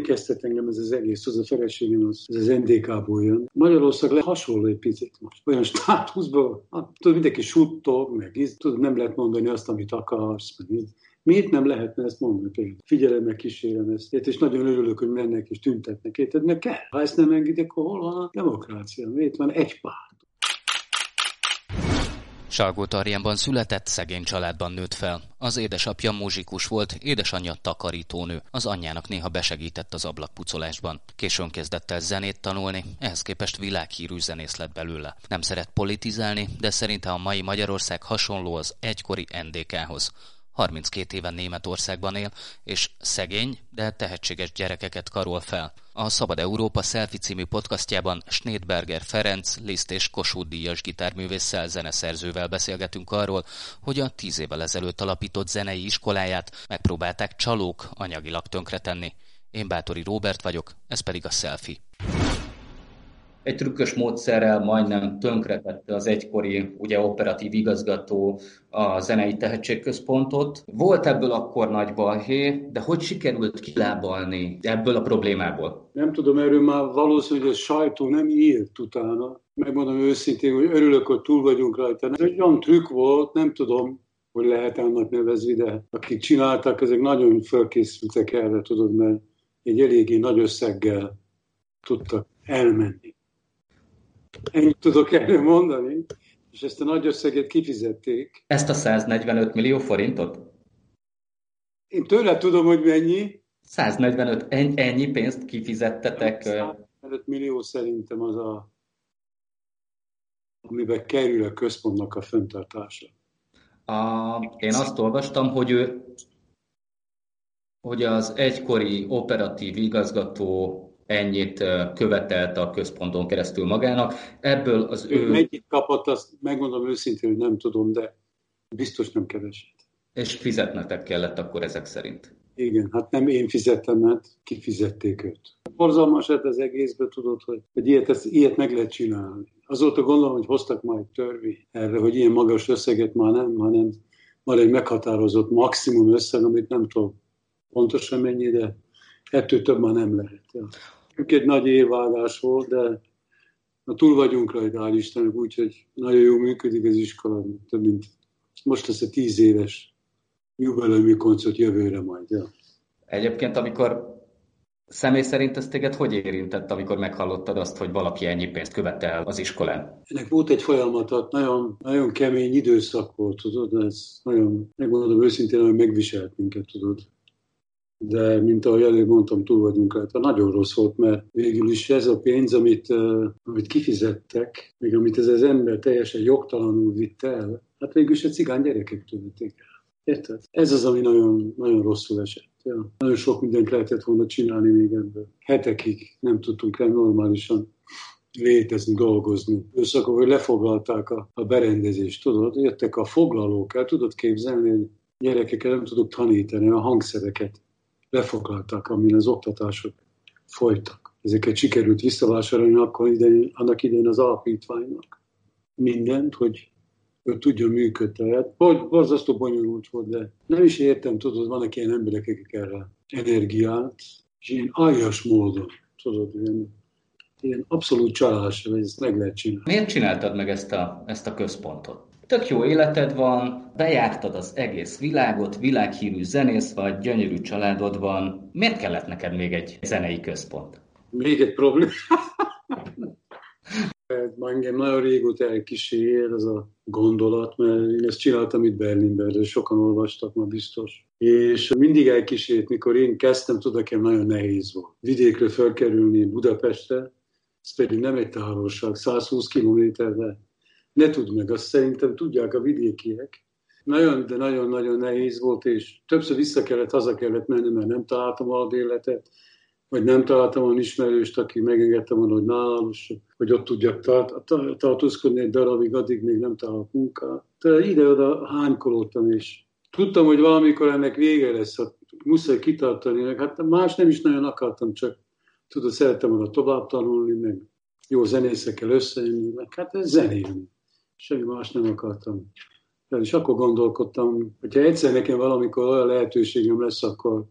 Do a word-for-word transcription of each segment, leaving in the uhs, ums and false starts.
emlékeztet engem ez az egész, az a feleségem, az, az en dé ká-ból jön. Magyarország le hasonló egy picit most. Olyan státuszban, hát, tudod, mindenki suttog, meg tudod, nem lehet mondani azt, amit akarsz. Meg, miért nem lehetne ezt mondani például? Figyelem, meg kísérem ezt, és nagyon örülök, hogy mennek és tüntetnek. Érted, meg kell. Ha ezt nem engedik, akkor hol van a demokrácia? Miért van egy párt? Salgótarjánban született, szegény családban nőtt fel. Az édesapja muzsikus volt, édesanyja takarítónő. Az anyjának néha besegített az ablakpucolásban. Későn kezdett el zenét tanulni, ehhez képest világhírű zenész lett belőle. Nem szeret politizálni, de szerinte a mai Magyarország hasonló az egykori en dé ká-hoz. harminckét éven Németországban él, és szegény, de tehetséges gyerekeket karol fel. A Szabad Európa Selfie című podcastjában Schneidberger Ferenc, Liszt és Kossuth díjas gitárművésszel, zeneszerzővel beszélgetünk arról, hogy a tíz évvel ezelőtt alapított zenei iskoláját megpróbálták csalók anyagilag tönkretenni. Én Bátori Róbert vagyok, ez pedig a Selfie. Egy trükkös módszerrel majdnem tönkretette az egykori ugye, operatív igazgató a zenei tehetségközpontot. Volt ebből akkor nagy balhé, de hogy sikerült kilábalni ebből a problémából? Nem tudom, erről már valószínű, hogy a sajtó nem írt utána. Megmondom őszintén, hogy örülök, hogy túl vagyunk rajta. Ez egy olyan trükk volt, nem tudom, hogy lehet annak nevezni, de akik csináltak, ezek nagyon fölkészültek erre, tudod, mert egy eléggé nagy összeggel tudtak elmenni. Ennyit tudok erről mondani, és ezt a nagy összeget kifizették. Ezt a száznegyvenöt millió forintot? Én tőle tudom, hogy mennyi. száznegyvenöt, ennyi pénzt kifizettetek? száznegyvenöt millió szerintem az a, amiben kerül a központnak a fenntartása. A, én azt olvastam, hogy ő, hogy az egykori operatív igazgató ennyit követelt a központon keresztül magának. Ebből az ő... Mennyit kapott, azt megmondom őszintén, hogy nem tudom, de biztos nem keveset. És fizetnetek kellett akkor ezek szerint? Igen, hát nem én fizettem, mert kifizették őt. Borzalmas lett az egészben, tudod, hogy, hogy ilyet, ezt, ilyet meg lehet csinálni. Azóta gondolom, hogy hoztak majd törvényt erre, hogy ilyen magas összeget már nem, hanem már egy meghatározott maximum összeg, amit nem tudom pontosan mennyi, de ettől több már nem lehet. Ja. Egy nagy évvágás volt, de túl vagyunk rajta, hál' Istennek, úgyhogy nagyon jól működik az iskola, több mint most lesz a tíz éves jubileumi koncert jövőre majd. Ja. Egyébként, amikor személy szerint ez téged hogy érintett, amikor meghallottad azt, hogy valaki ennyi pénzt követel az iskolán? Ennek volt egy folyamatot, nagyon, nagyon kemény időszak volt, tudod, ez nagyon, megmondom őszintén, hogy megviselt minket, tudod. De, mint ahogy előbb mondtam, túl vagyunk rajta. Nagyon rossz volt, mert végül is ez a pénz, amit, uh, amit kifizettek, még amit ez az ember teljesen jogtalanul vitt el, hát végül is a cigány gyerekektől vitték el. Érted? Ez az, ami nagyon, nagyon rosszul esett. Ja. Nagyon sok mindent lehetett volna csinálni még ebből. Hetekig nem tudtunk el normálisan létezni, dolgozni. Őszakon, hogy lefoglalták a, a berendezést, tudod? Jöttek a foglalók, el tudod képzelni, hogy gyerekeket nem tudok tanítani, a hangszereket lefoglalták, amin az oktatások folytak. Ezeket sikerült visszavásárolni akkor idején, annak idején az alapítványnak. Mindent, hogy ő tudjon működni. Hát, borzasztó bonyolult volt, de nem is értem, tudod, vannak ilyen emberek, akik erre energiát, és ilyen aljas módon, tudod, ilyen, ilyen abszolút csalás, hogy ezt meg lehet csinálni. Miért csináltad meg ezt a, ezt a központot? Tök jó életed van, bejártad az egész világot, világhírű zenész vagy, gyönyörű családod van. Miért kellett neked még egy zenei központ? Még egy probléma. Engem nagyon régóta elkísér ez a gondolat, mert én ezt csináltam itt Berlinben, de sokan olvastak ma biztos. És mindig elkísért, mikor én kezdtem, tudod, nekem nagyon nehéz volt. Vidékről felkerülni Budapestre, ez pedig nem egy távolság, százhúsz kilométerre. Ne tudd meg, azt szerintem tudják a vidékiek. Nagyon, de nagyon-nagyon nehéz volt, és többször vissza kellett, haza kellett menni, mert nem találtam albérletet, vagy nem találtam olyan ismerőst, aki megengedte volna, hogy nálam, hogy ott tudjak tart, tartózkodni egy darabig, addig még nem találok munkát. Tehát ide-oda hánykolódtam, és tudtam, hogy valamikor ennek vége lesz, hát muszáj kitartani, hát más nem is nagyon akartam, csak tudod, szerettem volna tovább tanulni, meg jó zenészekkel összejönni, meg hát ez zenélni. Semmi más nem akartam. És akkor gondolkodtam, hogyha egyszer nekem valamikor olyan lehetőségem lesz, akkor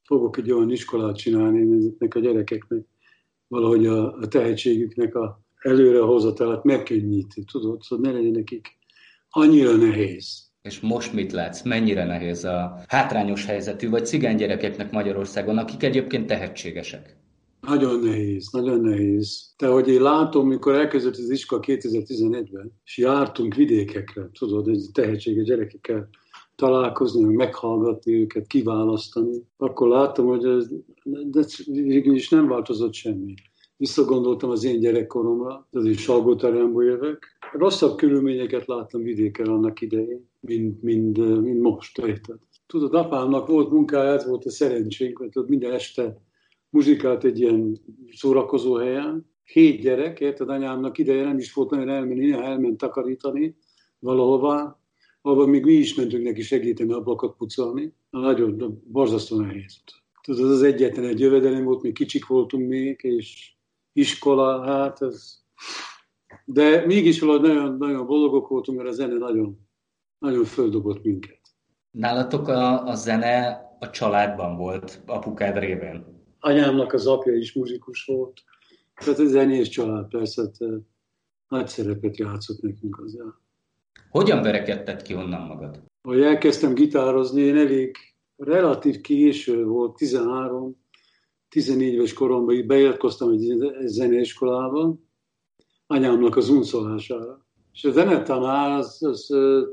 fogok egy olyan iskolát csinálni, ezeknek a gyerekeknek valahogy a, a tehetségüknek a előrehozatalát megkönnyíti, tudod, szóval ne legyen nekik annyira nehéz. És most mit látsz? Mennyire nehéz a hátrányos helyzetű, vagy cigány gyerekeknek Magyarországon, akik egyébként tehetségesek? Nagyon nehéz, nagyon nehéz. De hogy én látom, mikor elkezdett az iskola kétezer-tizenegyben, és jártunk vidékekre, tudod, egy tehetséges gyerekekkel találkozni, meghallgatni őket, kiválasztani, akkor láttam, hogy ez, de végül is nem változott semmi. Visszagondoltam az én gyerekkoromra, az én Salgótarjánból jövök. Rosszabb körülményeket láttam vidéken annak idején, mint, mint, mint most, érted? Tudod, apámnak volt munkája, ez volt a szerencsénk, mert tudod, minden este muzsikált egy ilyen szórakozó helyen. Hét gyerek, érted, anyámnak ideje nem is volt nagyon elmenni, elment takarítani valahová, ahol még mi is mentünk neki segíteni ablakot pucolni. Nagyon borzasztó nehéz. Tudod, az az egyetlen egy jövedelem volt, mi kicsik voltunk még, és iskola, hát ez... De mégis valahogy nagyon, nagyon boldogok voltunk, mert a zene nagyon, nagyon földobott minket. Nálatok a, a zene a családban volt, apukád révén? Anyámnak az apja is muzsikus volt. Tehát egy zenés család persze, nagy szerepet játszott nekünk az el. Hogyan verekedted ki onnan magad? Ahogy elkezdtem gitározni, én elég relatív késő volt, tizenhárom tizennégy éves koromban beiratkoztam egy zeneiskolába, anyámnak az unszolására. És a zenetanár az, az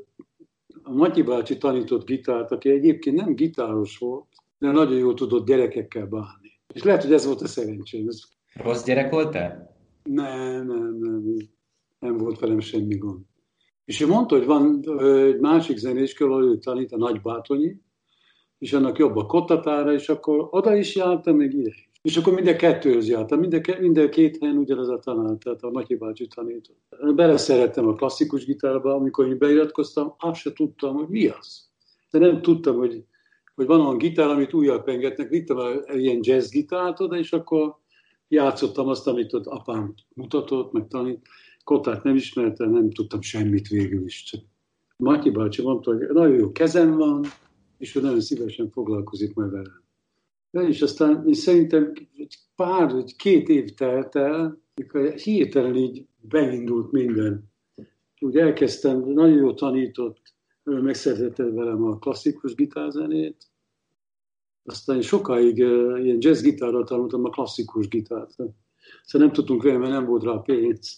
a Matyi bácsi tanított gitárt, aki egyébként nem gitáros volt, de nagyon jól tudott gyerekekkel bánni. És lehet, hogy ez volt a szerencsém. Rossz gyerek voltál? Nem, nem, nem. Nem volt velem semmi gond. És ő mondta, hogy van egy másik zeneiskola, ahol ő tanít, a Nagybátonyi, és annak jobb a kottatára, és akkor oda is jártam, még ide is. És akkor minden kettőhöz jártam, minden, minden két helyen ugyanaz a tanár, tehát a Matyi bácsi tanított. Beleszerettem a klasszikus gitárba, amikor én beiratkoztam, azt se tudtam, hogy mi az. De nem tudtam, hogy, hogy van olyan gitár, amit újjal pengetnek, vittem egy ilyen jazz gitárt oda, és akkor játszottam azt, amit ott apám mutatott, meg tanít. Kottát nem ismertem, nem tudtam semmit végül is. Csak Matyi bácsi mondta, hogy nagyon jó kezem van, és ő nagyon szívesen foglalkozik majd velem. De és aztán szerintem egy pár, egy két év telt el, amikor hirtelen így beindult minden. Úgy elkezdtem, nagyon jól tanított, ő megszerzette velem a klasszikus gitárzenét. Aztán sokáig ilyen jazz gitárral tanultam a klasszikus gitárt. Szóval nem tudtunk vele, mert nem volt rá pénz.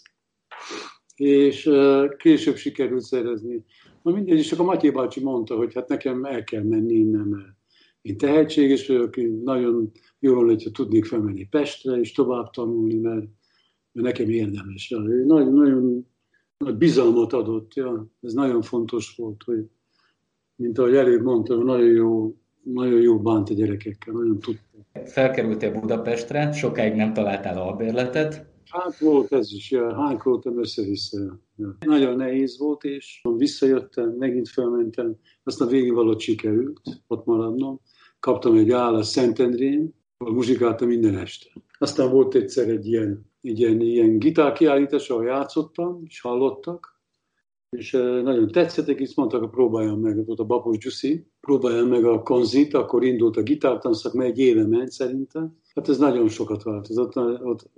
És később sikerült szerezni. Na mindegy, és akkor Matyi bácsi mondta, hogy hát nekem el kell menni innen, mert én tehetséges vagyok, én nagyon jól lenne, hogyha tudnék felmenni Pestre, és tovább tanulni, mert, mert nekem érdemes. Ő nagyon, nagyon nagy bizalmat adott, ja. Ez nagyon fontos volt, hogy mint ahogy előbb mondtam, nagyon jó, nagyon jó bánt a gyerekekkel, nagyon tudta. Felkerültél Budapestre, sokáig nem találtál albérletet. Hát volt ez is, ja, hánykoltam össze-vissza. Ja. Nagyon nehéz volt, és visszajöttem, megint felmentem, aztán végig valahogy sikerült ott maradnom. Kaptam egy állást Szentendrén, ahol muzsikáltam minden este. Aztán volt egyszer egy ilyen, egy ilyen, ilyen gitárkiállítás, ahol játszottam, és hallottak, és nagyon tetszettek, és mondtak, hogy próbáljam meg, ott a Babos Gyuszi, próbáljam meg a konzit, akkor indult a gitártanszak, mert egy éve ment szerintem. Hát ez nagyon sokat változott, ott,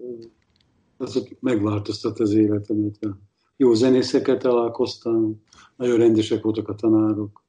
az megváltoztatta az életemet. Jó zenészekkel találkoztam, nagyon rendesek voltak a tanárok,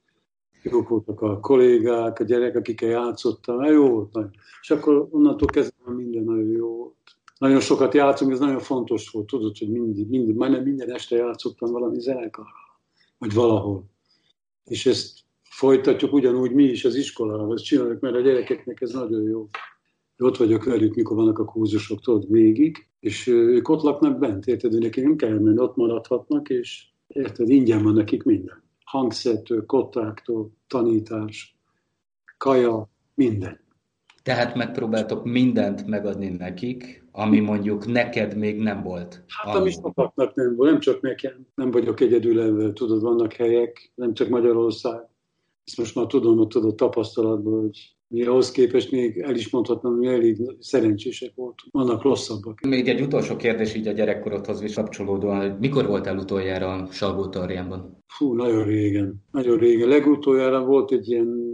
jók voltak a kollégák, a gyerek, akikkel játszottam, jó volt. Nagyon. És akkor onnantól kezdve minden nagyon jó volt. Nagyon sokat játszunk, ez nagyon fontos volt, tudod, hogy mindig, mindig, majdnem minden este játszottam valami zenekarral, vagy valahol. És ezt folytatjuk ugyanúgy mi is az iskolában, ezt csináljuk, mert a gyerekeknek ez nagyon jó. Ott vagyok velük, mikor vannak a kurzusok, tudod, végig, és ők ott laknak bent, érted, hogy nekik nem kell menni, ott maradhatnak, és érted, ingyen van nekik minden. Hangszettől, kottáktól, tanítás, kaja, minden. Tehát megpróbáltok mindent megadni nekik, ami mondjuk neked még nem volt. Hát ami sokaknak nem volt, nem csak nekem. Nem vagyok egyedül ebben, tudod, vannak helyek, nem csak Magyarország. Ezt most már tudom, hogy tudod tapasztalatból, hogy mi ahhoz képest még el is mondhatnám, hogy elég szerencsések voltunk. Vannak rosszabbak. Még egy utolsó kérdés így a gyerekkorodhoz is kapcsolódóan, hogy mikor voltál utoljára a Salgótarjánban? Fú, nagyon régen. Nagyon régen. Legutoljára volt egy ilyen,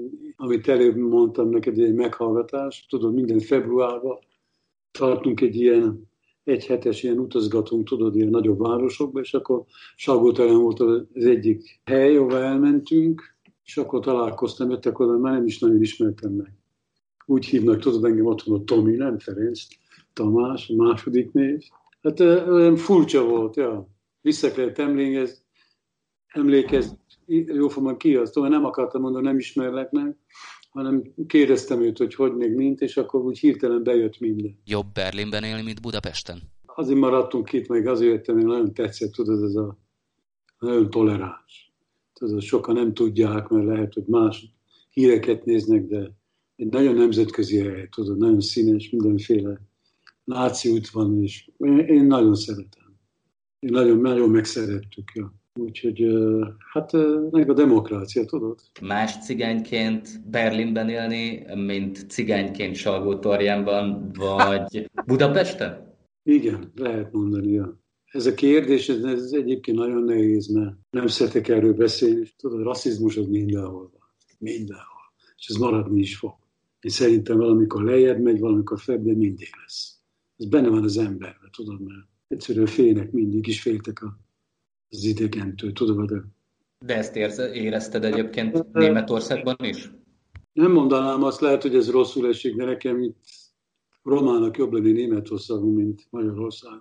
amit előbb mondtam neked, egy meghallgatás, tudod, minden februárban tartunk egy ilyen egyhetes ilyen utazgatunk, tudod, ilyen nagyobb városokba, és akkor Salgótarján volt az egyik hely, ahol elmentünk, és akkor találkoztam, jöttek oda, már nem is nagyon ismertem meg. Úgy hívnak, tudod, engem ott van a Tomi, nem Ferenc, Tamás, a második név. Hát olyan furcsa volt, ja. Vissza kellett emlékezni, emlékezni, jóformán ki az, nem akartam mondani, nem ismerlek meg, hanem kérdeztem őt, hogy hogy még mint, és akkor úgy hirtelen bejött minden. Jobb Berlinben élni, mint Budapesten? Azért maradtunk itt, meg azért jöttem, én nagyon tetszett, tudod, ez a nagyon toleráns. Tudod, sokan nem tudják, mert lehet, hogy más híreket néznek, de egy nagyon nemzetközi hely, tudod, nagyon színes, mindenféle nációt van, és én, én nagyon szeretem. Én nagyon, nagyon megszerettük, ja. Úgyhogy, hát meg a demokrácia, tudod? Más cigányként Berlinben élni, mint cigányként Salgótarjánban, vagy Budapesten? Igen, lehet mondani, ja. Ez a kérdés, ez, ez egyébként nagyon nehéz, mert nem szeretek erről beszélni. Tudod, rasszizmus az mindenhol van. Mindenhol. És ez maradni is fog. Én szerintem valamikor lejjebb megy, valamikor febb, de mindig lesz. Ez benne van az emberben, tudod, mert egyszerűen félnek, mindig is féltek a az idegentől, tudod, de... De ezt érze, érezted egyébként Németországban is? Nem mondanám azt, lehet, hogy ez rosszul esik, de nekem itt romának jobb lenni Németországon, mint Magyarországon.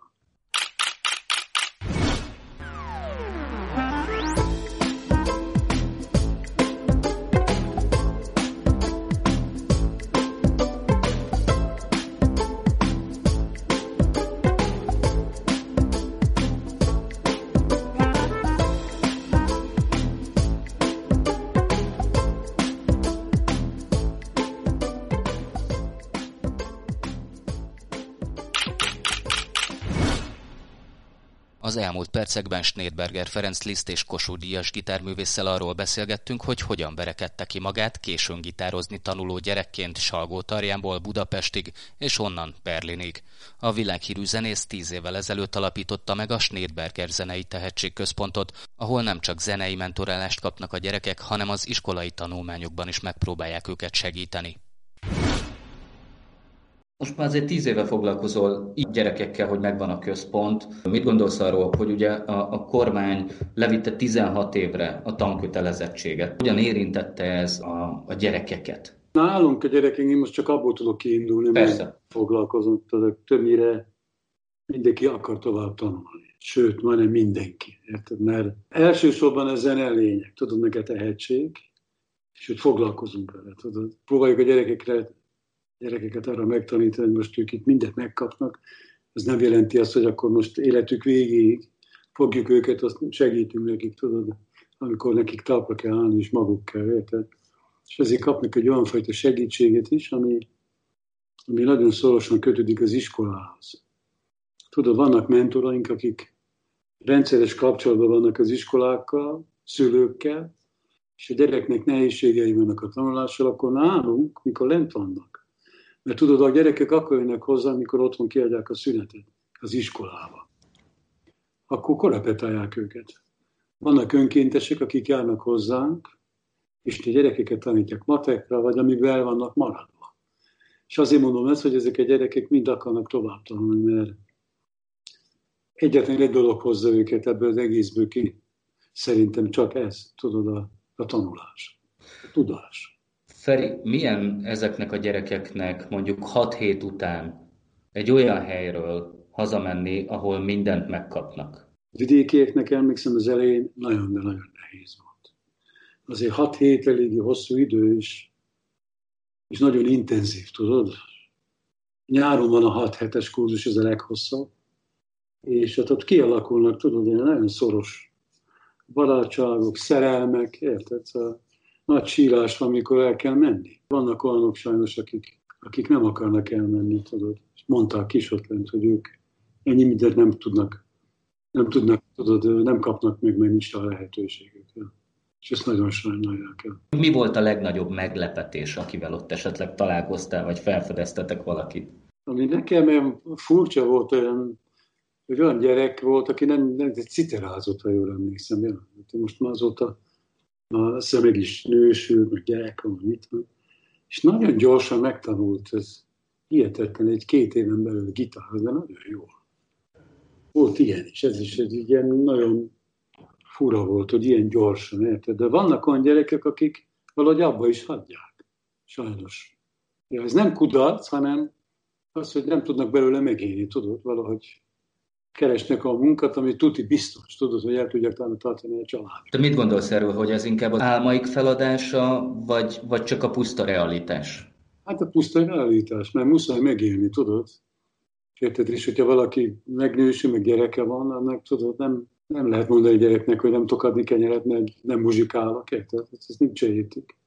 Az elmúlt percekben Schneidberger Ferenc Liszt és Kossuth Díjas gitárművésszel arról beszélgettünk, hogy hogyan verekedte ki magát későn gitározni tanuló gyerekként Salgótarjánból Budapestig, és onnan Berlinig. A világhírű zenész tíz évvel ezelőtt alapította meg a Schneidberger Zenei Tehetségközpontot, ahol nem csak zenei mentorálást kapnak a gyerekek, hanem az iskolai tanulmányokban is megpróbálják őket segíteni. Most már azért tíz éve foglalkozol így gyerekekkel, hogy megvan a központ. Mit gondolsz arról, hogy ugye a, a kormány levitte tizenhat évre a tankötelezettséget? Hogyan érintette ez a, a gyerekeket? Nálunk a gyerekek, én most csak abból tudok kiindulni, mert foglalkozom, tudok, többnyire mindenki akar tovább tanulni. Sőt, majdnem mindenki. Érted? Mert elsősorban a zene lényeg, tudod, meg a tehetség, és hogy foglalkozunk vele, tudod. Próbáljuk a gyerekekre gyerekeket arra megtanítani, hogy most ők itt mindent megkapnak. Ez nem jelenti azt, hogy akkor most életük végéig fogjuk őket, azt segítünk nekik, tudod, amikor nekik talpra kell állni, és maguk kell, érted? És ezért kapnak egy olyan fajta segítséget is, ami, ami nagyon szorosan kötődik az iskolához. Tudod, vannak mentoraink, akik rendszeres kapcsolatban vannak az iskolákkal, szülőkkel, és a gyereknek nehézségei vannak a tanulással, akkor nálunk, mikor lent vannak. Mert tudod, a gyerekek akkor jönnek hozzá, amikor otthon kiadják a szünetet az iskolába. Akkor korrepetálják őket. Vannak önkéntesek, akik járnak hozzánk, és a gyerekeket tanítják matekra, vagy amivel vannak maradva. És azért mondom ezt, hogy ezek a gyerekek mind akarnak tovább tanulni, mert egyetlen egy dolog hozza őket ebből az egészből ki. Szerintem csak ez, tudod, a, a tanulás, a tudás. Feri, milyen ezeknek a gyerekeknek mondjuk hat hét után egy olyan helyről hazamenni, ahol mindent megkapnak? Vidékieknek emlékszem az elején nagyon, de nagyon nehéz volt. Azért hat hét eléggé hosszú idő is, és nagyon intenzív, tudod? Nyáron van a hat hetes kurzus, ez a leghosszabb, és hát ott kialakulnak, tudod, ilyen nagyon szoros barátságok, szerelmek, érted? Szóval nagy sírás van, amikor el kell menni. Vannak olyanok sajnos, akik, akik nem akarnak elmenni, tudod. Mondták is ott lent, hogy ők ennyi mindent nem tudnak, nem tudnak, tudod, nem kapnak meg, meg nincs a lehetőségük. Ja. És ezt nagyon sajnálják el. Mi volt a legnagyobb meglepetés, akivel ott esetleg találkoztál, vagy felfedeztetek valakit? Ami nekem olyan furcsa volt, olyan, hogy olyan gyerek volt, aki nem, nem citerázott, ha jól emlékszem. Ja. Most már azóta azt hiszem meg is nősült, meg gyerek van, mit van. És nagyon gyorsan megtanult, ez hihetetlen, egy két éven belül gitár, de nagyon jól. Volt ilyen is, ez is egy ilyen nagyon fura volt, hogy ilyen gyorsan, érted? De vannak olyan gyerekek, akik valahogy abba is hagyják, sajnos. Ja, ez nem kudarc, hanem az, hogy nem tudnak belőle megélni, tudod, valahogy keresnek a munkát, ami tuti biztos, tudod, hogy el tudják tartani a családot. Te mit gondolsz erről, hogy ez inkább az álmaik feladása, vagy, vagy csak a puszta realitás? Hát a puszta realitás, mert muszáj megélni, tudod. Érted? És hogyha valaki megnősül, meg gyereke van, annak tudod, nem, nem lehet mondani a gyereknek, hogy nem tudok adni kenyeret, meg nem muzsikálok, érted? Ez nincs értik.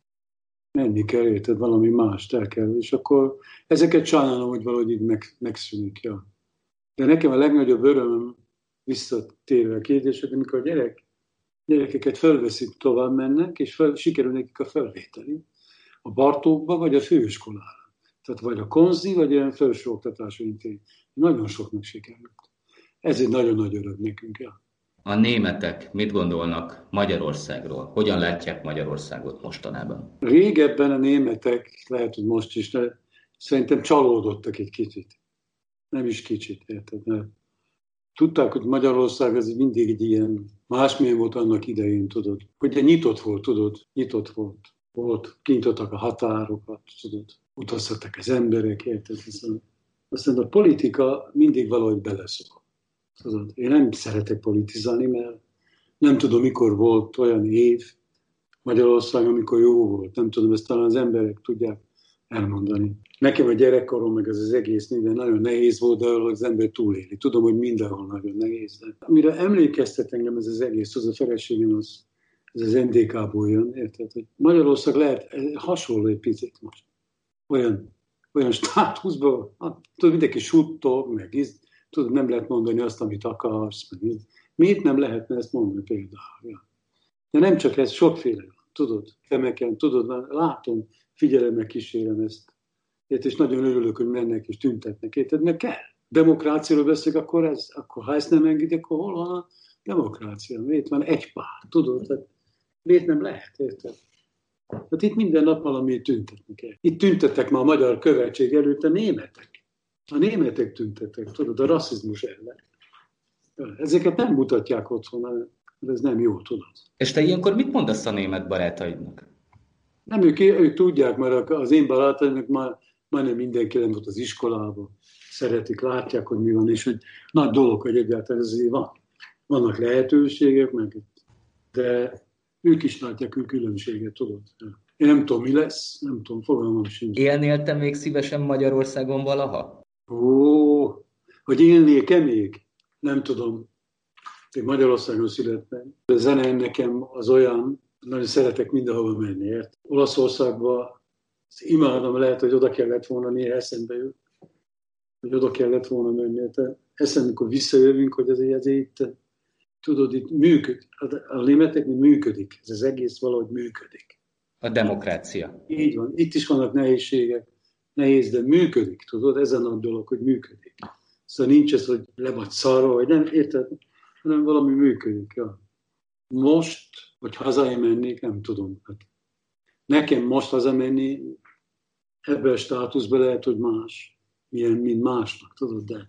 Menni kell, érted? Valami mást el kell. És akkor ezeket sajnálom, hogy valahogy így meg, megszűnik. Ja. De nekem a legnagyobb öröm visszatérve a kérdések, amikor a gyerek, gyerekeket fölveszik, tovább mennek, és fel, sikerül nekik a felvételi. A Bartókba, vagy a főiskolára. Tehát vagy a konzi, vagy ilyen felsőoktatási intézmény. Nagyon soknak sikerült. Ez egy nagyon nagy öröm nekünk. Ja. A németek mit gondolnak Magyarországról? Hogyan látják Magyarországot mostanában? Régebben a németek, lehet, hogy most is, de szerintem csalódottak egy kicsit. Nem is kicsit, érted? Mert tudták, hogy Magyarország ez mindig egy ilyen másmilyen volt annak idején, tudod. Hogy nyitott volt, tudod, nyitott volt. Volt, kinyitottak a határokat, tudod. Utazhattak az emberek, érted? Aztán a politika mindig valahogy beleszól. Tudod? Én nem szeretek politizálni, mert nem tudom, mikor volt olyan év Magyarországon, amikor jó volt. Nem tudom, ezt talán az emberek tudják elmondani. Nekem a gyerekkorom, meg ez az egész minden nagyon nehéz volt, de az ember túléli. Tudom, hogy mindenhol nagyon nehéz. De amire emlékeztet engem ez az egész, az a feleségem, az, ez az en dé ká-ból jön, érted? Hogy Magyarország lehet hasonló egy picit most. Olyan, olyan státuszban, tudod, mindenki suttog, meg íz, tudod, nem lehet mondani azt, amit akarsz. Meg, miért nem lehetne ezt mondani például? Ja. De nem csak ez, sokféle van, tudod, temeken, tudod, látom, figyelemmel kísérem ezt. Ért, és nagyon örülök, hogy mennek és tüntetnek, érted, mert kell. Demokráciáról beszélek, akkor, ez, akkor ha ezt nem engedik, akkor hol van a demokrácia? Miért van egy pár, tudod? Tehát, miért nem lehet, érted? Tehát itt minden nap valami tüntetni kell. Itt tüntettek ma a magyar követség előtt a németek. A németek tüntettek, tudod, a rasszizmus ellen. Ezeket nem mutatják otthon, ez nem jó, tudod. És te ilyenkor mit mondasz a német barátaidnak? Nem, ők, ők tudják, mert az én barátaimnak már majdnem mindenki nem volt az iskolában. Szeretik, látják, hogy mi van, és hogy nagy dolog, hogy egyáltalán ez így van. Vannak lehetőségek, meg, de ők is látják a különbséget, tudod. Én nem tudom, mi lesz, nem tudom, fogalmam sincs. Élnél te még szívesen Magyarországon valaha? Ó, hogy élnék-e még? Nem tudom. Én Magyarországon születtem. A zene nekem az olyan, nagyon szeretek mindenhova menni, ért? Olaszországban imádom, lehet, hogy oda kellett volna, néha eszembe jut, hogy oda kellett volna menni. Eszembe, amikor visszajövünk, hogy azért, azért itt, tudod, itt működik. A németeknél működik. Ez az egész valahogy működik. A demokrácia. Így van. Itt is vannak nehézségek. Nehéz, de működik. Tudod, ez a nagy dolog, hogy működik. Szóval nincs ez, hogy le vagy szarva, vagy nem, érted? Hanem valami működik. Ja. Most, hogy hazaim mennék, nem tudom. Hát nekem most hazamenni, ebben a státuszban lehet, hogy más. Milyen, mint másnak, tudod, de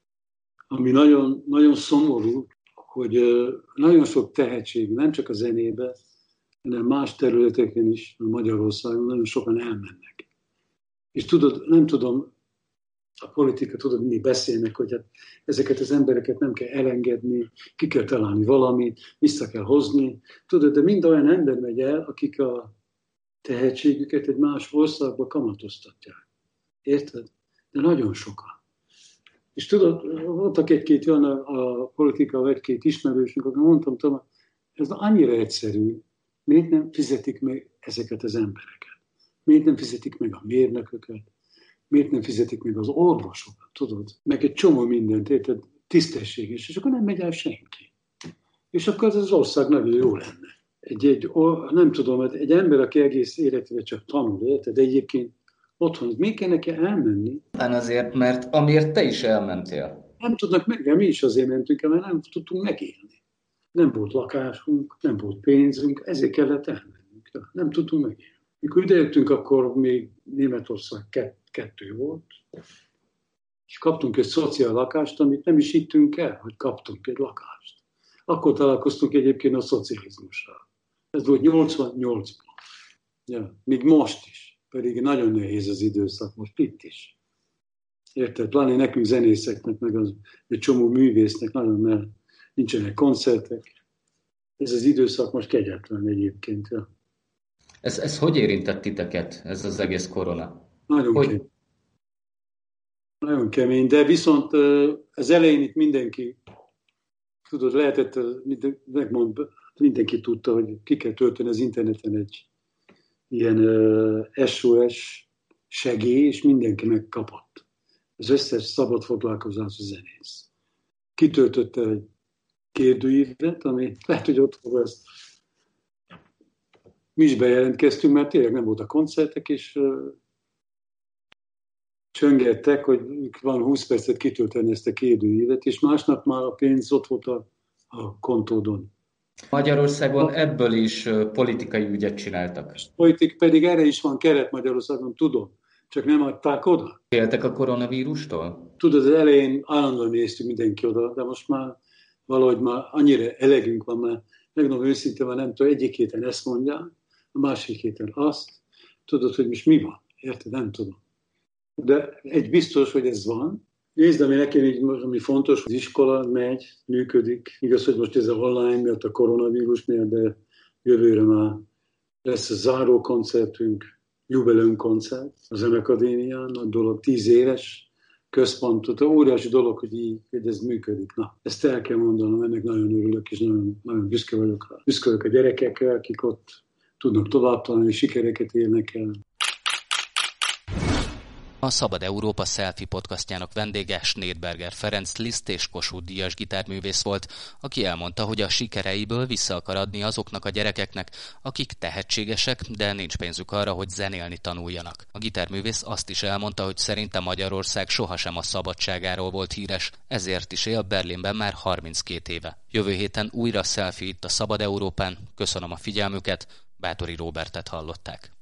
ami nagyon, nagyon szomorú, hogy nagyon sok tehetség, nem csak a zenében, hanem más területeken is, Magyarországon nagyon sokan elmennek. És tudod, nem tudom, a politika, tudod, mindig beszélnek, hogy hát ezeket az embereket nem kell elengedni, ki kell találni valamit, vissza kell hozni. Tudod, de mind olyan ember megy el, akik a tehetségüket egy más országba kamatoztatják. Érted? De nagyon sokan. És tudod, voltak egy-két olyan a, a politika, egy-két ismerősünk, akik mondtam, tudom, ez annyira egyszerű, miért nem fizetik meg ezeket az embereket? Miért nem fizetik meg a mérnököket? Miért nem fizetik meg az orvosokat, tudod? Meg egy csomó mindent, érted? Tisztességes, és akkor nem megy el senki. És akkor az, az ország nagyon jó lenne. Egy, egy, nem tudom, egy ember, aki egész életében csak tanul, érted? De egyébként otthon, még kell neki elmenni? Hát azért, mert amiért te is elmentél. Nem tudnak meg, mi is azért mentünk el, mert nem tudtunk megélni. Nem volt lakásunk, nem volt pénzünk, ezért kellett elmennünk. Nem tudtunk megélni. Mikor idejöttünk, akkor még Németország kett, kettő volt, és kaptunk egy szociál lakást, amit nem is hittünk el, hogy kaptunk egy lakást. Akkor találkoztunk egyébként a szocializmussal. Ez volt nyolcvannyolcban. Ja, még most is. Pedig nagyon nehéz az időszak, most itt is. Érted? Pláne nekünk zenészeknek, meg az, egy csomó művésznek nagyon ne, nincsenek koncertek. Ez az időszak most kegyetlen egyébként. Ja. Ez, ez hogy érintett titeket, ez az egész korona? Nagyon hogy... kemény. Nagyon kemény, de viszont az elején itt mindenki, tudod, lehetett, megmond, mindenki tudta, hogy ki kell tölteni az interneten egy ilyen es o es segély, és mindenki megkapott. Az összes szabad foglalkozású zenész. Kitöltötte egy kérdőívet, ami lehet, hogy ott fog ezt. Mi is bejelentkeztünk, mert tényleg nem voltak koncertek, és uh, csöngettek, hogy van húsz percet kitölteni ezt a kérdőívet, és másnap már a pénz ott volt a, a kontódon. Magyarországon ebből is politikai ügyet csináltak. Politik pedig erre is van keret Magyarországon, tudom. Csak nem adták oda. Féltek a koronavírustól? Tudod, az elején állandóan néztük mindenki oda, de most már valahogy már annyira elegünk van, mert megmondom őszintén, már nem tudom, egyik héten ezt mondják, a másik héten azt. Tudod, hogy most mi van? Érted? Nem tudom. De egy biztos, hogy ez van. Nézd, ami nekem így, ami fontos, az iskola megy, működik. Igaz, hogy most ez a online miatt, a koronavírus miatt, de jövőre már lesz a záró koncertünk, jubileumkoncert a Zenekadémián, nagy dolog, tíz éves központot, óriási dolog, hogy így, hogy ez működik. Na, ezt el kell mondanom, ennek nagyon örülök, és nagyon, nagyon büszke vagyok rá. Büszke vagyok a gyerekekre, akik ott tudnak továbbtanulni, sikereket érnek el. A Szabad Európa Selfie podcastjának vendége Snédberger Ferenc Liszt és Kossuth Díjas gitárművész volt, aki elmondta, hogy a sikereiből vissza akar adni azoknak a gyerekeknek, akik tehetségesek, de nincs pénzük arra, hogy zenélni tanuljanak. A gitárművész azt is elmondta, hogy szerinte Magyarország sohasem a szabadságáról volt híres, ezért is él Berlinben már harminckét éve. Jövő héten újra selfie itt a Szabad Európán. Köszönöm a figyelmüket, Báthori Róbertet hallották.